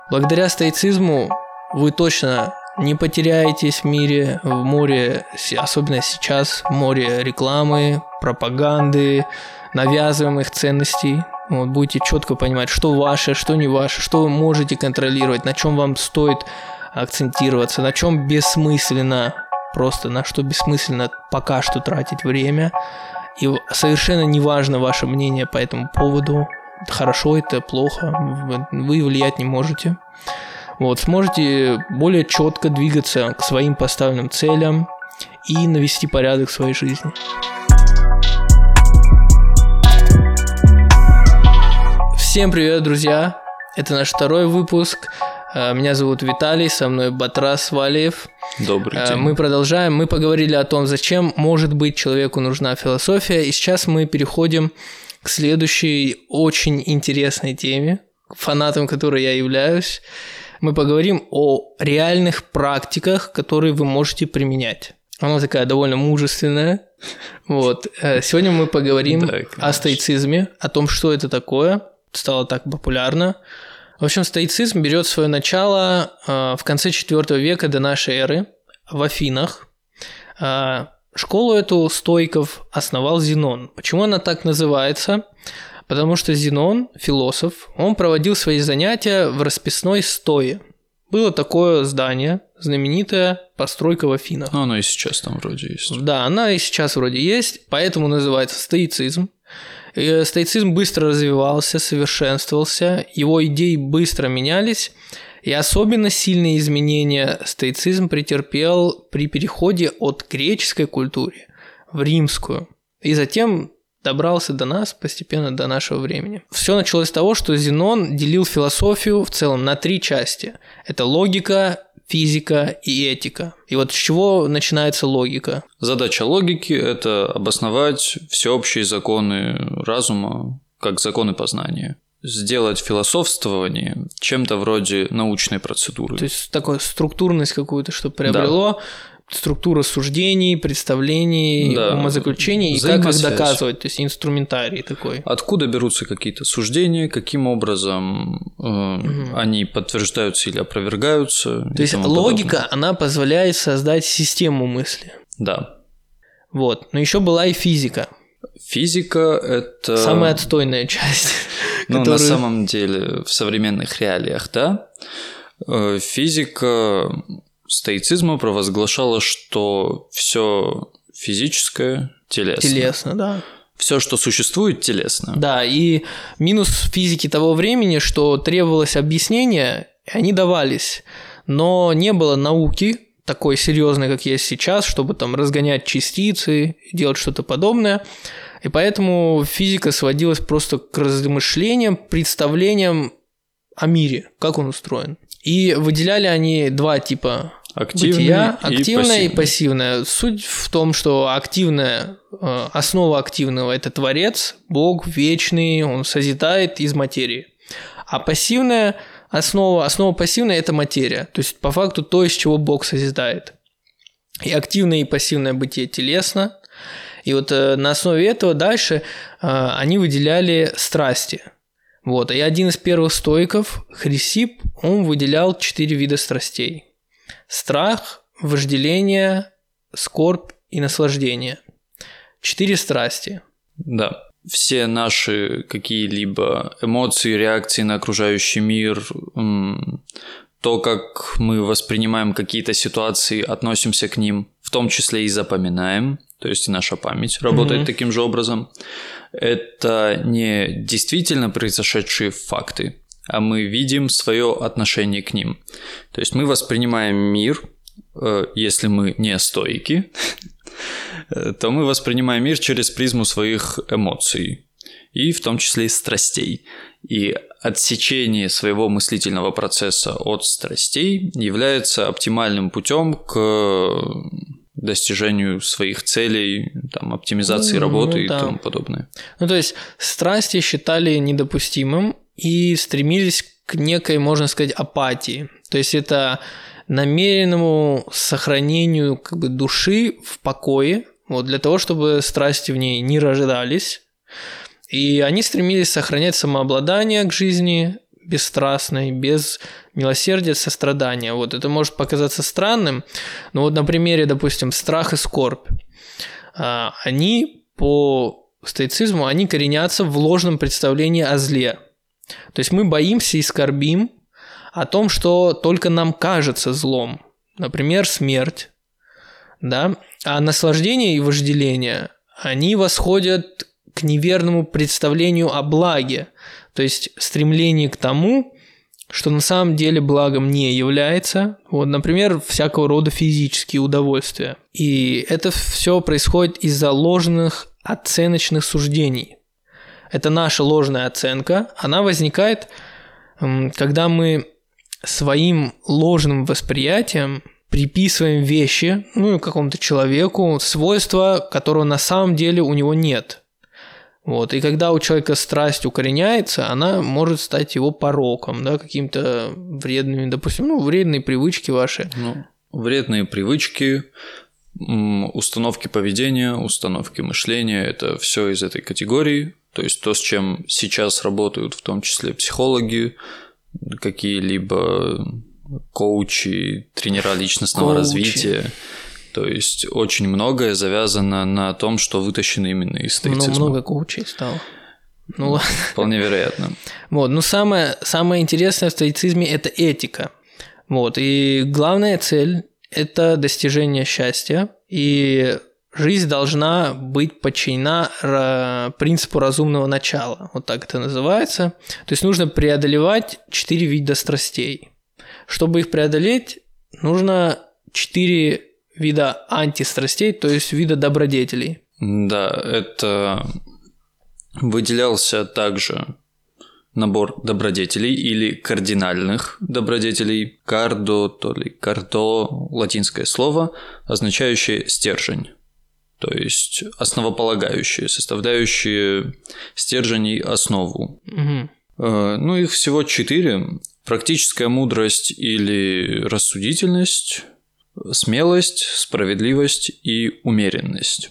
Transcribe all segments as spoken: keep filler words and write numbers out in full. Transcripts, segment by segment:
Благодаря стоицизму вы точно не потеряетесь в мире, в море, особенно сейчас, в море рекламы, пропаганды, навязываемых ценностей. Вот, будете четко понимать, что ваше, что не ваше, что вы можете контролировать, на чем вам стоит акцентироваться, на чем бессмысленно, просто на что бессмысленно пока что тратить время. И совершенно не важно ваше мнение по этому поводу. Хорошо это, плохо, вы влиять не можете. Вот, сможете более четко двигаться к своим поставленным целям и навести порядок в своей жизни. Всем привет, друзья! Это наш второй выпуск. Меня зовут Виталий, со мной Батрас Валиев. Добрый день. Мы продолжаем. Мы поговорили о том, зачем, может быть, человеку нужна философия. И сейчас мы переходим к следующей очень интересной теме, фанатом которой я являюсь. Мы поговорим о реальных практиках, которые вы можете применять. Она такая довольно мужественная. Вот. Сегодня мы поговорим да, о стоицизме, о том, что это такое. Стало так популярно. В общем, стоицизм берет свое начало в конце четвёртого века до нашей эры в Афинах. Школу эту стоиков основал Зенон. Почему она так называется? Потому что Зенон, философ, он проводил свои занятия в расписной стое. Было такое здание, знаменитая постройка в Афинах. Ну, оно и сейчас там вроде есть. Да, она и сейчас вроде есть, поэтому называется стоицизм. И стоицизм быстро развивался, совершенствовался, его идеи быстро менялись, и особенно сильные изменения стоицизм претерпел при переходе от греческой культуры в римскую, и затем добрался до нас постепенно, до нашего времени. Все началось с того, что Зенон делил философию в целом на три части. Это логика, физика и этика. И вот с чего начинается логика? Задача логики – это обосновать всеобщие законы разума, как законы познания. Сделать философствование чем-то вроде научной процедуры. То есть такую структурность какую-то, что приобрело, да. Структура суждений, представлений, да. умозаключений, и как их доказывать, то есть инструментарий такой. Откуда берутся какие-то суждения, каким образом э, угу. они подтверждаются или опровергаются. То есть логика, подобное. Она позволяет создать систему мысли. Да. Вот, но еще была и физика. Физика – это… самая отстойная часть. Ну, которую... на самом деле, в современных реалиях, да. Физика стоицизма провозглашала, что все физическое телесно. Телесно, да. Все, что существует, телесно. Да, и минус физики того времени, что требовалось объяснение, они давались, но не было науки такой серьезной, как есть сейчас, чтобы там разгонять частицы, делать что-то подобное. И поэтому физика сводилась просто к размышлениям, представлениям о мире, как он устроен. И выделяли они два типа активный бытия, и активное пассивное. и пассивное. Суть в том, что активное, основа активного – это Творец, Бог вечный, он созидает из материи. А пассивное основа, основа пассивная – это материя, то есть по факту то, из чего Бог созидает. И активное и пассивное бытие телесно. И вот на основе этого дальше они выделяли страсти. Вот. И один из первых стоиков, Хрисип, он выделял четыре вида страстей. Страх, вожделение, скорбь и наслаждение. Четыре страсти. Да. Все наши какие-либо эмоции, реакции на окружающий мир, то, как мы воспринимаем какие-то ситуации, относимся к ним, в том числе и запоминаем, то есть и наша память работает mm-hmm. таким же образом, это не действительно произошедшие факты, а мы видим свое отношение к ним. То есть мы воспринимаем мир, если мы не стоики, то мы воспринимаем мир через призму своих эмоций, и в том числе и страстей. И отсечение своего мыслительного процесса от страстей является оптимальным путем к достижению своих целей, там, оптимизации ну, работы ну, да. и тому подобное. Ну, то есть страсти считали недопустимым и стремились к некой, можно сказать, апатии. То есть это намеренному сохранению как бы души в покое, вот, для того, чтобы страсти в ней не рождались. И они стремились сохранять самообладание к жизни, бесстрастной, без милосердия, сострадания. Вот это может показаться странным, но вот на примере, допустим, страх и скорбь. Они по стоицизму, они коренятся в ложном представлении о зле. То есть мы боимся и скорбим о том, что только нам кажется злом. Например, смерть. Да? А наслаждение и вожделение, они восходят к неверному представлению о благе. То есть стремление к тому, что на самом деле благом не является. Вот, например, всякого рода физические удовольствия. И это все происходит из-за ложных оценочных суждений. Это наша ложная оценка. Она возникает, когда мы своим ложным восприятием приписываем вещи, ну, какому-то человеку, свойства, которого на самом деле у него нет. Вот. И когда у человека страсть укореняется, она может стать его пороком, да, каким-то вредными, допустим, ну, вредные привычки ваши. Ну, вредные привычки, установки поведения, установки мышления – это все из этой категории. То есть то, с чем сейчас работают в том числе психологи, какие-либо коучи, тренера личностного коучи. развития. То есть очень многое завязано на том, что вытащено именно из стоицизма. Ну, много коучей стало. Ну, ладно. Вполне вероятно. Вот, но самое, самое интересное в стоицизме – это этика. Вот, и главная цель – это достижение счастья, и жизнь должна быть подчинена принципу разумного начала. Вот так это называется. То есть нужно преодолевать четыре вида страстей. Чтобы их преодолеть, нужно четыре вида антистрастей, то есть вида добродетелей. Да, это выделялся также набор добродетелей или кардинальных добродетелей. Кардо, то ли кардо, латинское слово, означающее стержень. То есть основополагающие, составляющие стержень и основу. Угу. Ну, их всего четыре. Практическая мудрость или рассудительность, смелость, справедливость и умеренность.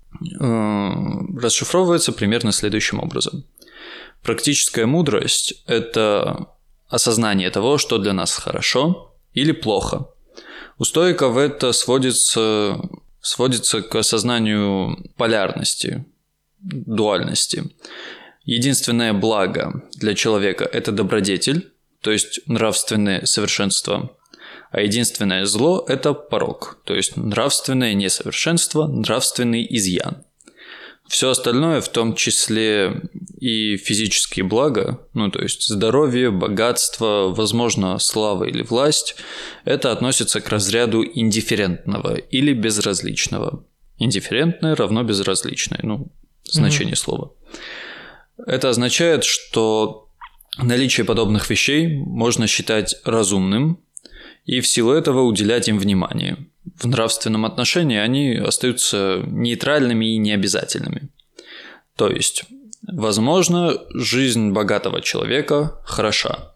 Расшифровывается примерно следующим образом. Практическая мудрость – это осознание того, что для нас хорошо или плохо. У стоиков это сводится, сводится к осознанию полярности, дуальности. Единственное благо для человека – это добродетель, то есть нравственное совершенство, а единственное зло – это порок, то есть нравственное несовершенство, нравственный изъян. Все остальное, в том числе и физические блага, ну то есть здоровье, богатство, возможно, слава или власть, это относится к разряду индифферентного или безразличного. Индифферентное равно безразличное, ну, значение mm-hmm. слова. Это означает, что наличие подобных вещей можно считать разумным и в силу этого уделять им внимание. В нравственном отношении они остаются нейтральными и необязательными. То есть, возможно, жизнь богатого человека хороша,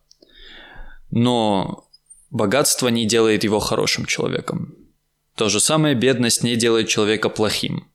но богатство не делает его хорошим человеком. То же самое бедность не делает человека плохим.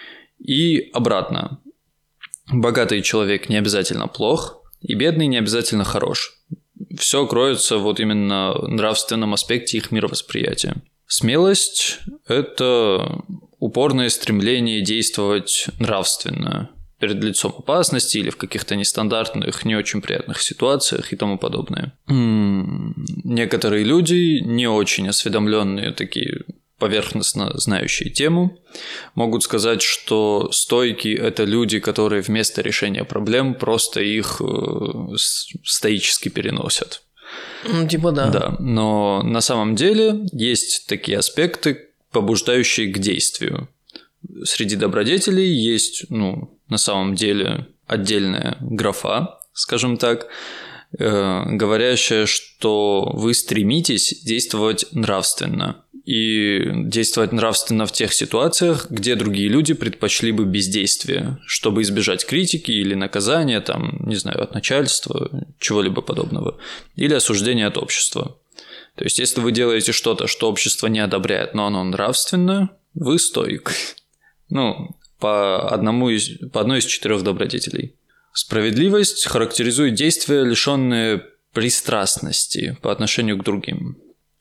И обратно. Богатый человек не обязательно плох, и бедный не обязательно хорош. Все кроется вот именно в нравственном аспекте их мировосприятия. Смелость – это упорное стремление действовать нравственно перед лицом опасности или в каких-то нестандартных, не очень приятных ситуациях и тому подобное. М-м- некоторые люди, не очень осведомленные, такие поверхностно знающие тему, могут сказать, что стойки – это люди, которые вместо решения проблем просто их э, стоически переносят. Ну, типа да. Да, но на самом деле есть такие аспекты, побуждающие к действию. Среди добродетелей есть, ну, на самом деле отдельная графа, скажем так, э, говорящая, что вы стремитесь действовать нравственно. И действовать нравственно в тех ситуациях, где другие люди предпочли бы бездействие, чтобы избежать критики или наказания, там, не знаю, от начальства, чего-либо подобного, или осуждения от общества. То есть, если вы делаете что-то, что общество не одобряет, но оно нравственно, вы стоик. Ну, по, одному из, по одной из четырех добродетелей. Справедливость характеризует действия, лишенные пристрастности по отношению к другим.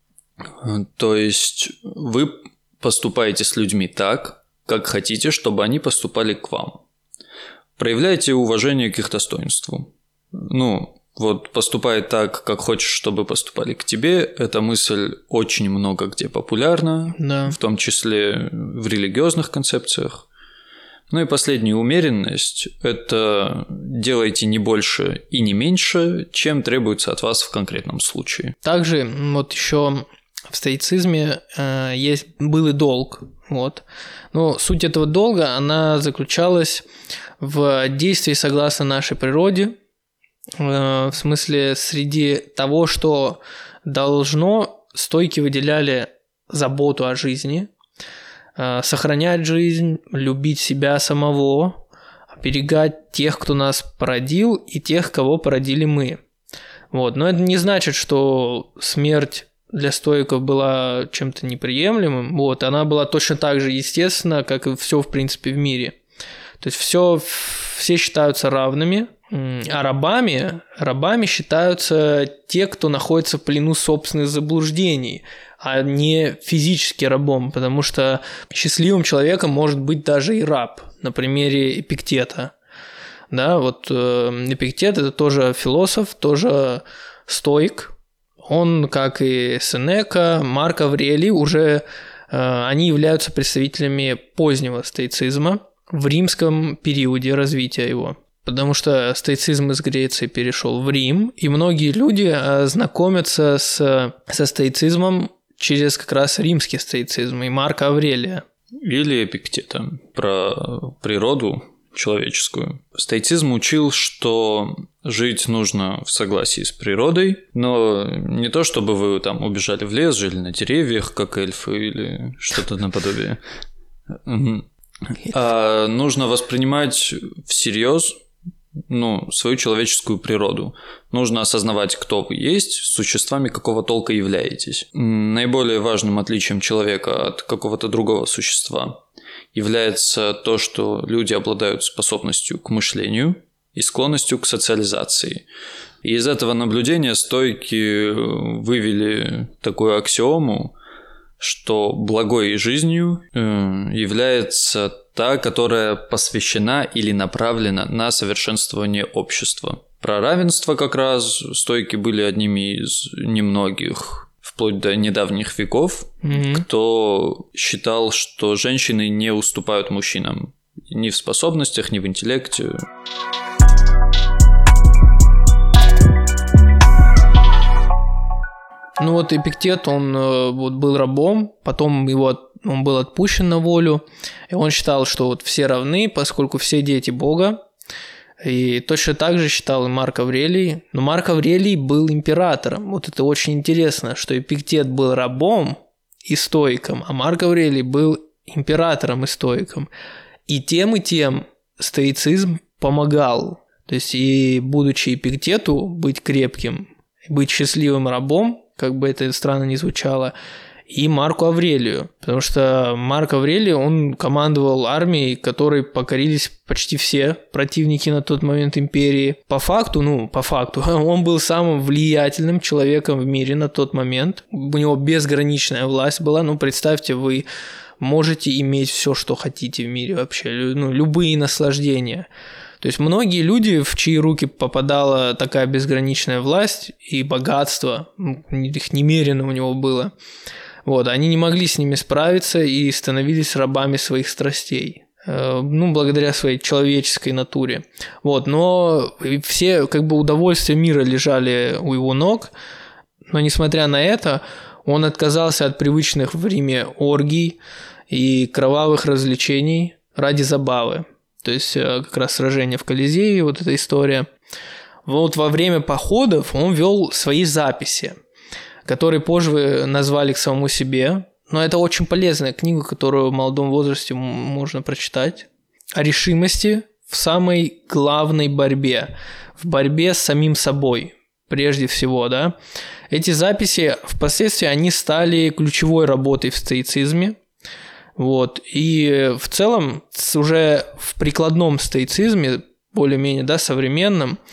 То есть вы поступаете с людьми так, как хотите, чтобы они поступали к вам. Проявляйте уважение к их достоинству. Ну, вот поступай так, как хочешь, чтобы поступали к тебе. Эта мысль очень много где популярна, да. В том числе в религиозных концепциях. Ну и последняя умеренность – это делайте не больше и не меньше, чем требуется от вас в конкретном случае. Также вот еще в стоицизме э, есть был и долг. Вот. Но суть этого долга, она заключалась в действии согласно нашей природе, в смысле, среди того, что должно, стойки выделяли заботу о жизни, сохранять жизнь, любить себя самого, оберегать тех, кто нас породил, и тех, кого породили мы. Вот. Но это не значит, что смерть для стоиков была чем-то неприемлемым. Вот. Она была точно так же естественна, как и все, в принципе, в мире. То есть все, все считаются равными. А рабами, рабами считаются те, кто находится в плену собственных заблуждений, а не физически рабом, потому что счастливым человеком может быть даже и раб, на примере Эпиктета. Да, вот Эпиктет – это тоже философ, тоже стоик. Он, как и Сенека, Марк Аврелий, уже они являются представителями позднего стоицизма в римском периоде развития его. Потому что стоицизм из Греции перешел в Рим, и многие люди знакомятся с, со стоицизмом через как раз римский стоицизм и Марка Аврелия. Или Эпиктета про природу человеческую. Стоицизм учил, что жить нужно в согласии с природой, но не то, чтобы вы там убежали в лес, жили на деревьях, как эльфы, или что-то наподобие. А нужно воспринимать всерьез, ну, свою человеческую природу. Нужно осознавать, кто вы есть, с существами какого толка являетесь. Наиболее важным отличием человека от какого-то другого существа является то, что люди обладают способностью к мышлению и склонностью к социализации. И из этого наблюдения стойки вывели такую аксиому, что благой жизнью является та, которая посвящена или направлена на совершенствование общества. Про равенство как раз стойки были одними из немногих, вплоть до недавних веков, mm-hmm. кто считал, что женщины не уступают мужчинам ни в способностях, ни в интеллекте. Ну вот Эпиктет, он вот был рабом, потом его, он был отпущен на волю, и он считал, что вот все равны, поскольку все дети Бога, и точно так же считал и Марк Аврелий, но Марк Аврелий был императором. Вот это очень интересно, что Эпиктет был рабом и стоиком, а Марк Аврелий был императором и стоиком. И тем и тем стоицизм помогал, то есть и будучи Эпиктету быть крепким, быть счастливым рабом, как бы это странно ни звучало, и Марку Аврелию, потому что Марк Аврелий, он командовал армией, которой покорились почти все противники на тот момент империи. По факту, ну, по факту, он был самым влиятельным человеком в мире на тот момент. У него безграничная власть была. Ну, представьте, вы можете иметь все, что хотите в мире вообще, ну, любые наслаждения. То есть многие люди, в чьи руки попадала такая безграничная власть и богатство, их немерено у него было, вот, они не могли с ними справиться и становились рабами своих страстей, ну, благодаря своей человеческой натуре. Вот, но все как бы удовольствия мира лежали у его ног, но несмотря на это, он отказался от привычных в Риме оргий и кровавых развлечений ради забавы. То есть как раз сражение в Колизее, вот эта история. Вот во время походов он вел свои записи, которые позже вы назвали к самому себе. Но это очень полезная книга, которую в молодом возрасте можно прочитать. О решимости в самой главной борьбе. В борьбе с самим собой, прежде всего, да. Эти записи впоследствии они стали ключевой работой в стоицизме. Вот. И в целом уже в прикладном стоицизме, более-менее, да, современном,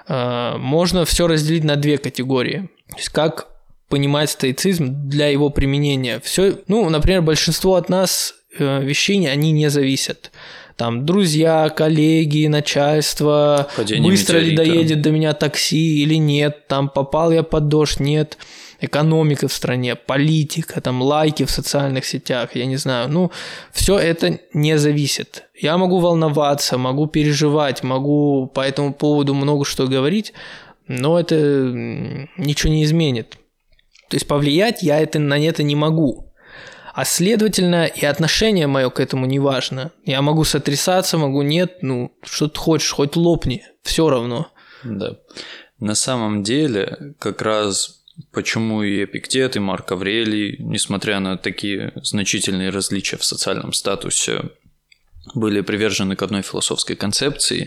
можно все разделить на две категории. То есть как понимать стоицизм для его применения. Все, ну, например, большинство от нас вещей, они не зависят. Там друзья, коллеги, начальство, падение быстро метеорита. ли доедет до меня такси или нет, там попал я под дождь, нет, экономика в стране, политика, там лайки в социальных сетях, я не знаю, ну, все это не зависит. Я могу волноваться, могу переживать, могу по этому поводу много что говорить, но это ничего не изменит. То есть повлиять я это, на это не могу. А следовательно, и отношение мое к этому не важно. Я могу сотрясаться, могу нет, ну, что ты хочешь, хоть лопни, все равно. Да. На самом деле, как раз почему и Эпиктет, и Марк Аврелий, несмотря на такие значительные различия в социальном статусе, были привержены к одной философской концепции.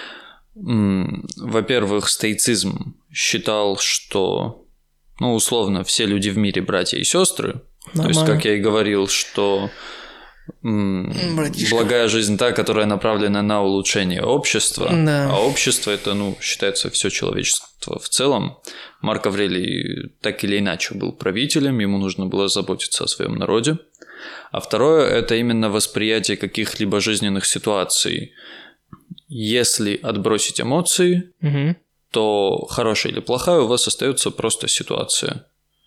Во-первых, стоицизм считал, что, ну, условно, все люди в мире братья и сестры. Нормально. То есть, как я и говорил, что м- благая жизнь та, которая направлена на улучшение общества, да. А общество это, ну, считается все человечество в целом. Марк Аврелий так или иначе был правителем, ему нужно было заботиться о своем народе. А второе – это именно восприятие каких-либо жизненных ситуаций. Если отбросить эмоции, угу. то хорошая или плохая у вас остается просто ситуация.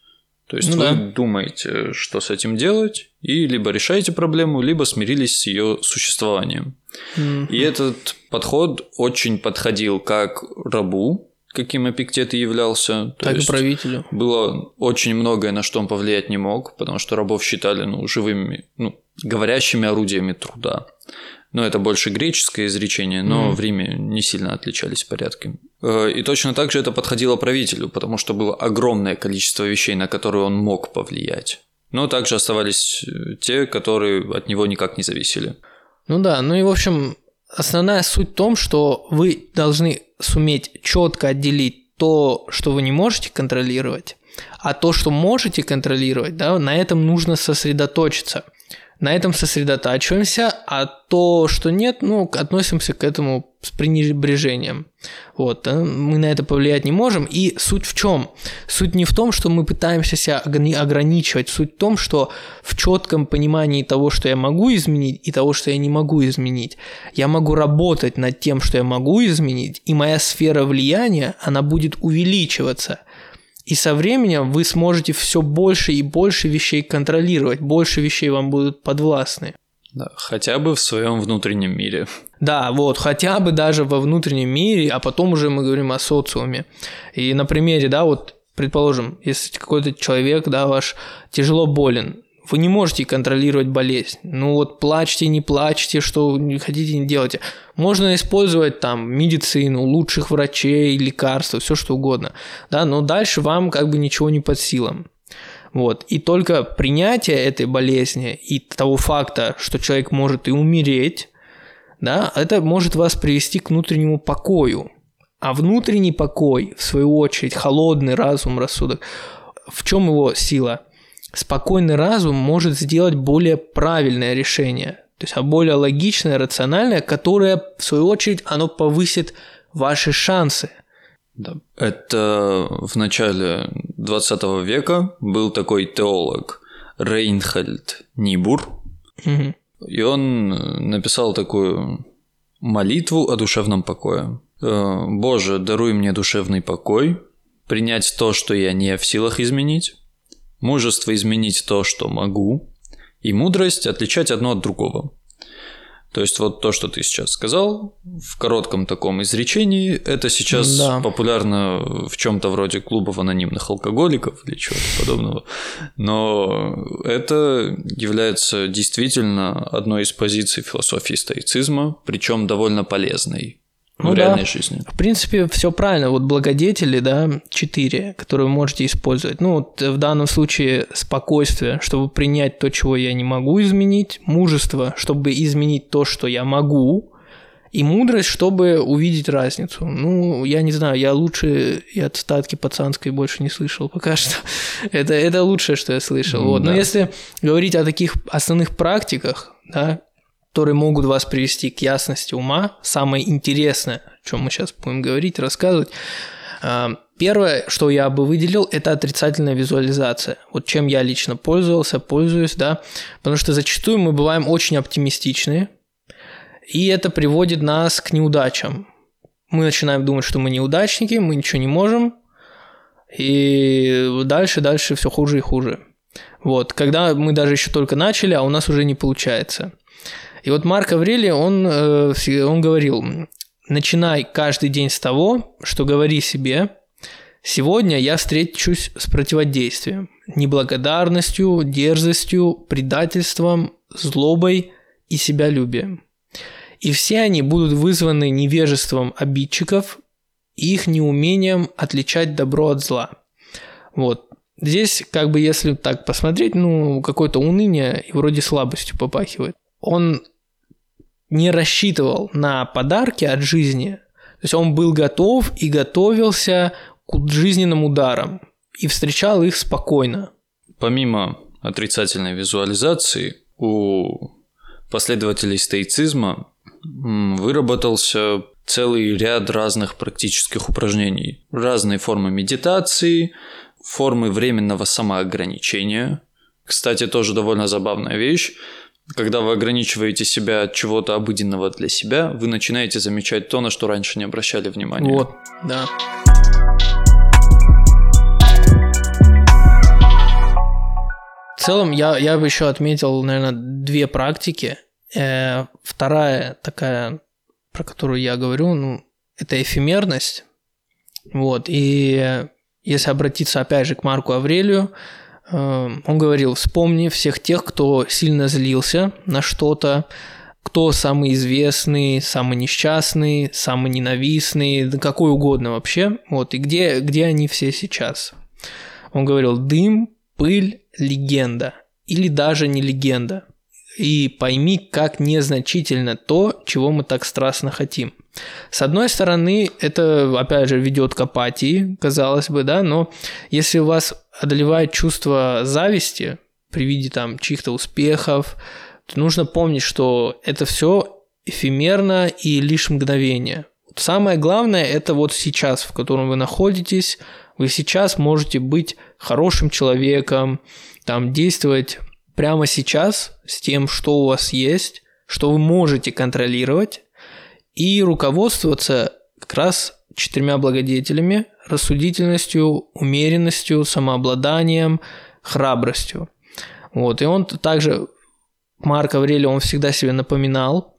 То есть ну, вы да. думаете, что с этим делать, и либо решаете проблему, либо смирились с ее существованием. Mm-hmm. И этот подход очень подходил как рабу, каким Эпиктет и являлся. То так и правителю. Было очень многое, на что он повлиять не мог, потому что рабов считали ну, живыми, ну, говорящими орудиями труда. Но это больше греческое изречение, но mm. в Риме не сильно отличались порядки. И точно так же это подходило правителю, потому что было огромное количество вещей, на которые он мог повлиять. Но также оставались те, которые от него никак не зависели. Ну да, ну и в общем, основная суть в том, что вы должны суметь четко отделить то, что вы не можете контролировать, а то, что можете контролировать, да, на этом нужно сосредоточиться. На этом сосредотачиваемся, а то, что нет, ну, относимся к этому с пренебрежением. Вот, мы на это повлиять не можем. И суть в чем? Суть не в том, что мы пытаемся себя ограничивать. Суть в том, что в четком понимании того, что я могу изменить, и того, что я не могу изменить, я могу работать над тем, что я могу изменить, и моя сфера влияния, она будет увеличиваться. И со временем вы сможете все больше и больше вещей контролировать, больше вещей вам будут подвластны. Да, хотя бы в своем внутреннем мире. Да, вот, хотя бы даже во внутреннем мире, а потом уже мы говорим о социуме. И на примере, да, вот, предположим, если какой-то человек, да, ваш тяжело болен, вы не можете контролировать болезнь. Ну вот плачьте, не плачьте, что не хотите, не делайте. Можно использовать там медицину, лучших врачей, лекарства, все что угодно. Да, но дальше вам как бы ничего не под силам. Вот. И только принятие этой болезни и того факта, что человек может и умереть, да, это может вас привести к внутреннему покою. А внутренний покой, в свою очередь, холодный разум, рассудок, в чем его сила? Спокойный разум может сделать более правильное решение, то есть а более логичное, рациональное, которое, в свою очередь, оно повысит ваши шансы. Да. Это в начале двадцатого века был такой теолог Рейнхольд Нибур, угу. и он написал такую молитву о душевном покое. «Боже, даруй мне душевный покой, принять то, что я не в силах изменить, мужество изменить то, что могу, и мудрость отличать одно от другого». То есть вот то, что ты сейчас сказал, в коротком таком изречении, это сейчас да. популярно в чем-то вроде клубов анонимных алкоголиков или чего-то подобного. Но это является действительно одной из позиций философии стоицизма, причем довольно полезной. В ну реальной да. жизни. В принципе, все правильно. Вот благодетели, да, четыре, которые вы можете использовать. Ну, вот в данном случае спокойствие, чтобы принять то, чего я не могу изменить, мужество, чтобы изменить то, что я могу, и мудрость, чтобы увидеть разницу. Ну, я не знаю, я лучше и от статки пацанской больше не слышал пока что. это, это лучшее, что я слышал. Вот. Да. Но если говорить о таких основных практиках, да, которые могут вас привести к ясности ума, самое интересное, о чем мы сейчас будем говорить, рассказывать. Первое, что я бы выделил, это отрицательная визуализация. Вот чем я лично пользовался, пользуюсь, да, потому что зачастую мы бываем очень оптимистичны, и это приводит нас к неудачам. Мы начинаем думать, что мы неудачники, мы ничего не можем, и дальше, дальше все хуже и хуже. Вот, когда мы даже еще только начали, а у нас уже не получается. И вот Марк Аврелий, он, он говорил: начинай каждый день с того, что говори себе: сегодня я встречусь с противодействием, неблагодарностью, дерзостью, предательством, злобой и себялюбием. И все они будут вызваны невежеством обидчиков и их неумением отличать добро от зла. Вот. Здесь, как бы, если так посмотреть, ну, какое-то уныние и вроде слабостью попахивает. Он не рассчитывал на подарки от жизни, то есть он был готов и готовился к жизненным ударам и встречал их спокойно. Помимо отрицательной визуализации, у последователей стоицизма выработался целый ряд разных практических упражнений. Разные формы медитации, формы временного самоограничения. Кстати, тоже довольно забавная вещь. Когда вы ограничиваете себя от чего-то обыденного для себя, вы начинаете замечать то, на что раньше не обращали внимания. Вот, да. В целом, я, я бы еще отметил, наверное, две практики. Э, вторая такая, про которую я говорю, ну, это эфемерность. Вот, и если обратиться опять же к Марку Аврелию, он говорил: вспомни всех тех, кто сильно злился на что-то, кто самый известный, самый несчастный, самый ненавистный, да какой угодно вообще, вот, и где, где они все сейчас. Он говорил: дым, пыль, легенда, или даже не легенда, и пойми, как незначительно то, чего мы так страстно хотим. С одной стороны, это, опять же, ведет к апатии, казалось бы, да, но если у вас одолевает чувство зависти при виде там чьих-то успехов, то нужно помнить, что это все эфемерно и лишь мгновение. Самое главное – это вот сейчас, в котором вы находитесь, вы сейчас можете быть хорошим человеком, там, действовать прямо сейчас с тем, что у вас есть, что вы можете контролировать, и руководствоваться как раз четырьмя благодетелями: рассудительностью, умеренностью, самообладанием, храбростью. Вот. И он также, Марк Аврелий, он всегда себе напоминал,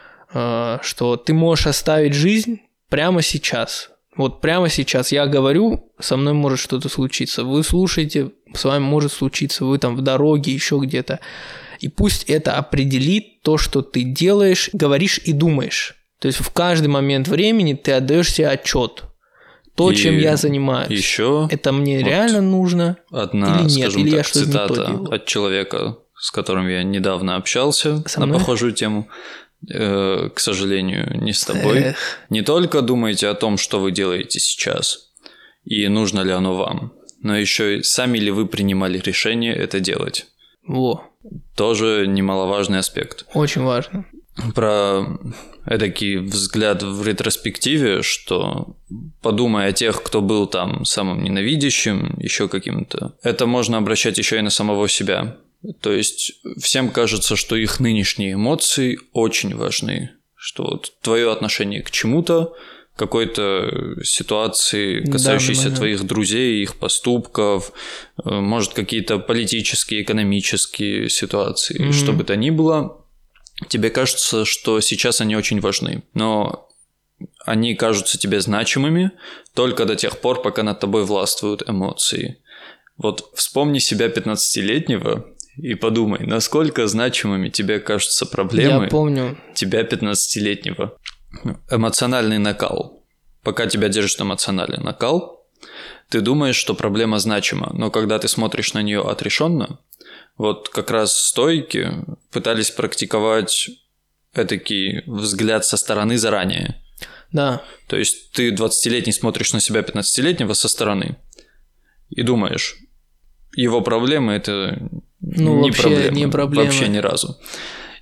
что ты можешь оставить жизнь прямо сейчас. Вот прямо сейчас я говорю, со мной может что-то случиться. Вы слушаете, с вами может случиться, вы там в дороге, еще где-то. И пусть это определит то, что ты делаешь, говоришь и думаешь. То есть в каждый момент времени ты отдаешь себе отчет. То, и чем я занимаюсь, еще это мне вот реально нужно одна, или нет, скажем или так, я что-то цитата не то делаю. От человека, с которым я недавно общался Со на мной? похожую тему. Э, к сожалению, не с тобой. Эх. Не только думайте о том, что вы делаете сейчас, и нужно ли оно вам, но еще и сами ли вы принимали решение это делать. Во. Тоже немаловажный аспект. Очень важно. Про эдакий взгляд в ретроспективе, что подумай о тех, кто был там самым ненавидящим, еще каким-то. Это можно обращать еще и на самого себя. То есть всем кажется, что их нынешние эмоции очень важны, что вот твое отношение к чему-то, какой-то ситуации, касающейся да, твоих друзей, их поступков, может, какие-то политические, экономические ситуации, mm-hmm. что бы то ни было, тебе кажется, что сейчас они очень важны, но они кажутся тебе значимыми только до тех пор, пока над тобой властвуют эмоции. Вот вспомни себя пятнадцатилетнего и подумай, насколько значимыми тебе кажутся проблемы Я помню. тебя пятнадцатилетнего. Эмоциональный накал. Пока тебя держит эмоциональный накал, ты думаешь, что проблема значима, но когда ты смотришь на нее отрешенно, вот как раз стойки пытались практиковать этакий взгляд со стороны заранее. Да. То есть ты двадцатилетний смотришь на себя пятнадцатилетнего со стороны и думаешь, его проблемы – это ну, не, вообще проблема, не проблема. Вообще ни разу.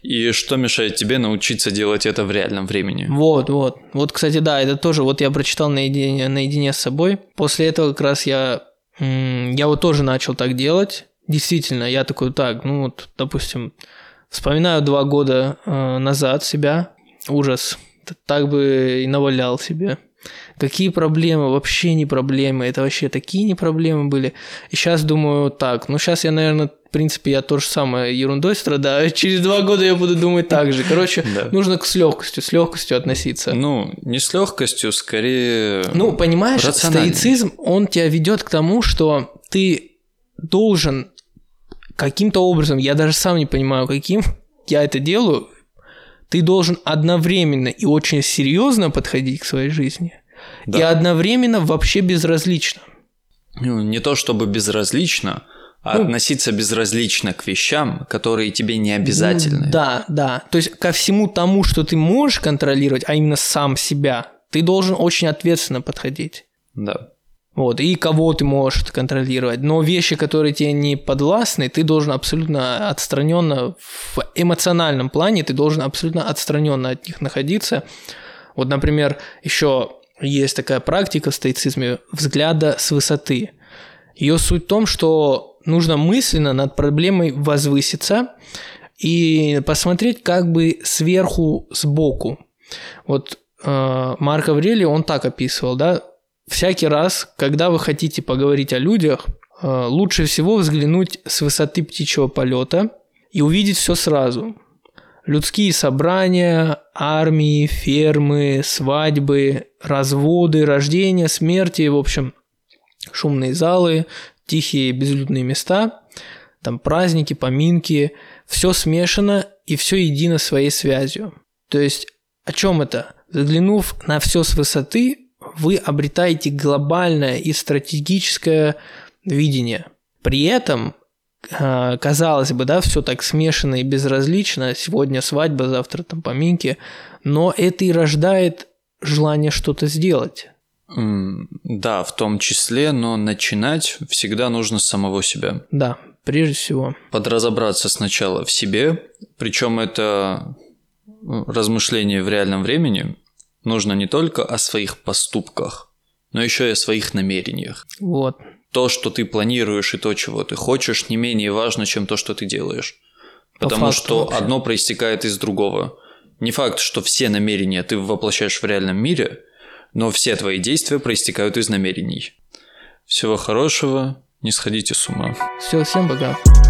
И что мешает тебе научиться делать это в реальном времени? Вот, вот. Вот, кстати, да, это тоже вот я прочитал наедине, наедине с собой. После этого как раз я, я вот тоже начал так делать. Действительно, я такой, так, ну вот, допустим, вспоминаю два года э, назад себя. Ужас. Так бы и навалял себе. Какие проблемы? Вообще не проблемы. Это вообще такие не проблемы были. И сейчас думаю, так, ну сейчас я, наверное, в принципе, я тоже самое ерундой страдаю. Через два года я буду думать так же. Короче, да. Нужно с легкостью, с легкостью относиться. Ну, не с легкостью, скорее. Ну, понимаешь, стоицизм, он тебя ведет к тому, что ты должен каким-то образом, я даже сам не понимаю, каким я это делаю, ты должен одновременно и очень серьезно подходить к своей жизни, да. И одновременно вообще безразлично. Ну, не то чтобы безразлично, а ну, относиться безразлично к вещам, которые тебе не обязательны. Да, да. То есть ко всему тому, что ты можешь контролировать, а именно сам себя, ты должен очень ответственно подходить. Да. Вот, и кого ты можешь контролировать. Но вещи, которые тебе не подвластны, ты должен абсолютно отстраненно, в эмоциональном плане, ты должен абсолютно отстраненно от них находиться. Вот, например, еще есть такая практика в стоицизме взгляда с высоты. Ее суть в том, что нужно мысленно над проблемой возвыситься и посмотреть как бы сверху, сбоку. Вот э, Марк Аврелий, он так описывал, да, всякий раз, когда вы хотите поговорить о людях, лучше всего взглянуть с высоты птичьего полета и увидеть все сразу. Людские собрания, армии, фермы, свадьбы, разводы, рождения, смерти, в общем, шумные залы, тихие безлюдные места, там праздники, поминки, все смешано и все едино своей связью. То есть о чем это? Взглянув на все с высоты, вы обретаете глобальное и стратегическое видение. При этом, казалось бы, да, все так смешано и безразлично, сегодня свадьба, завтра там поминки, но это и рождает желание что-то сделать. Да, в том числе, но начинать всегда нужно с самого себя. Да, прежде всего. Подразобраться сначала в себе, причем это размышление в реальном времени нужно не только о своих поступках, но еще и о своих намерениях. Вот. То, что ты планируешь и то, чего ты хочешь, не менее важно, чем то, что ты делаешь. По Потому что вообще. Одно проистекает из другого. Не факт, что все намерения ты воплощаешь в реальном мире, но все твои действия проистекают из намерений. Всего хорошего, не сходите с ума. Все, всем пока.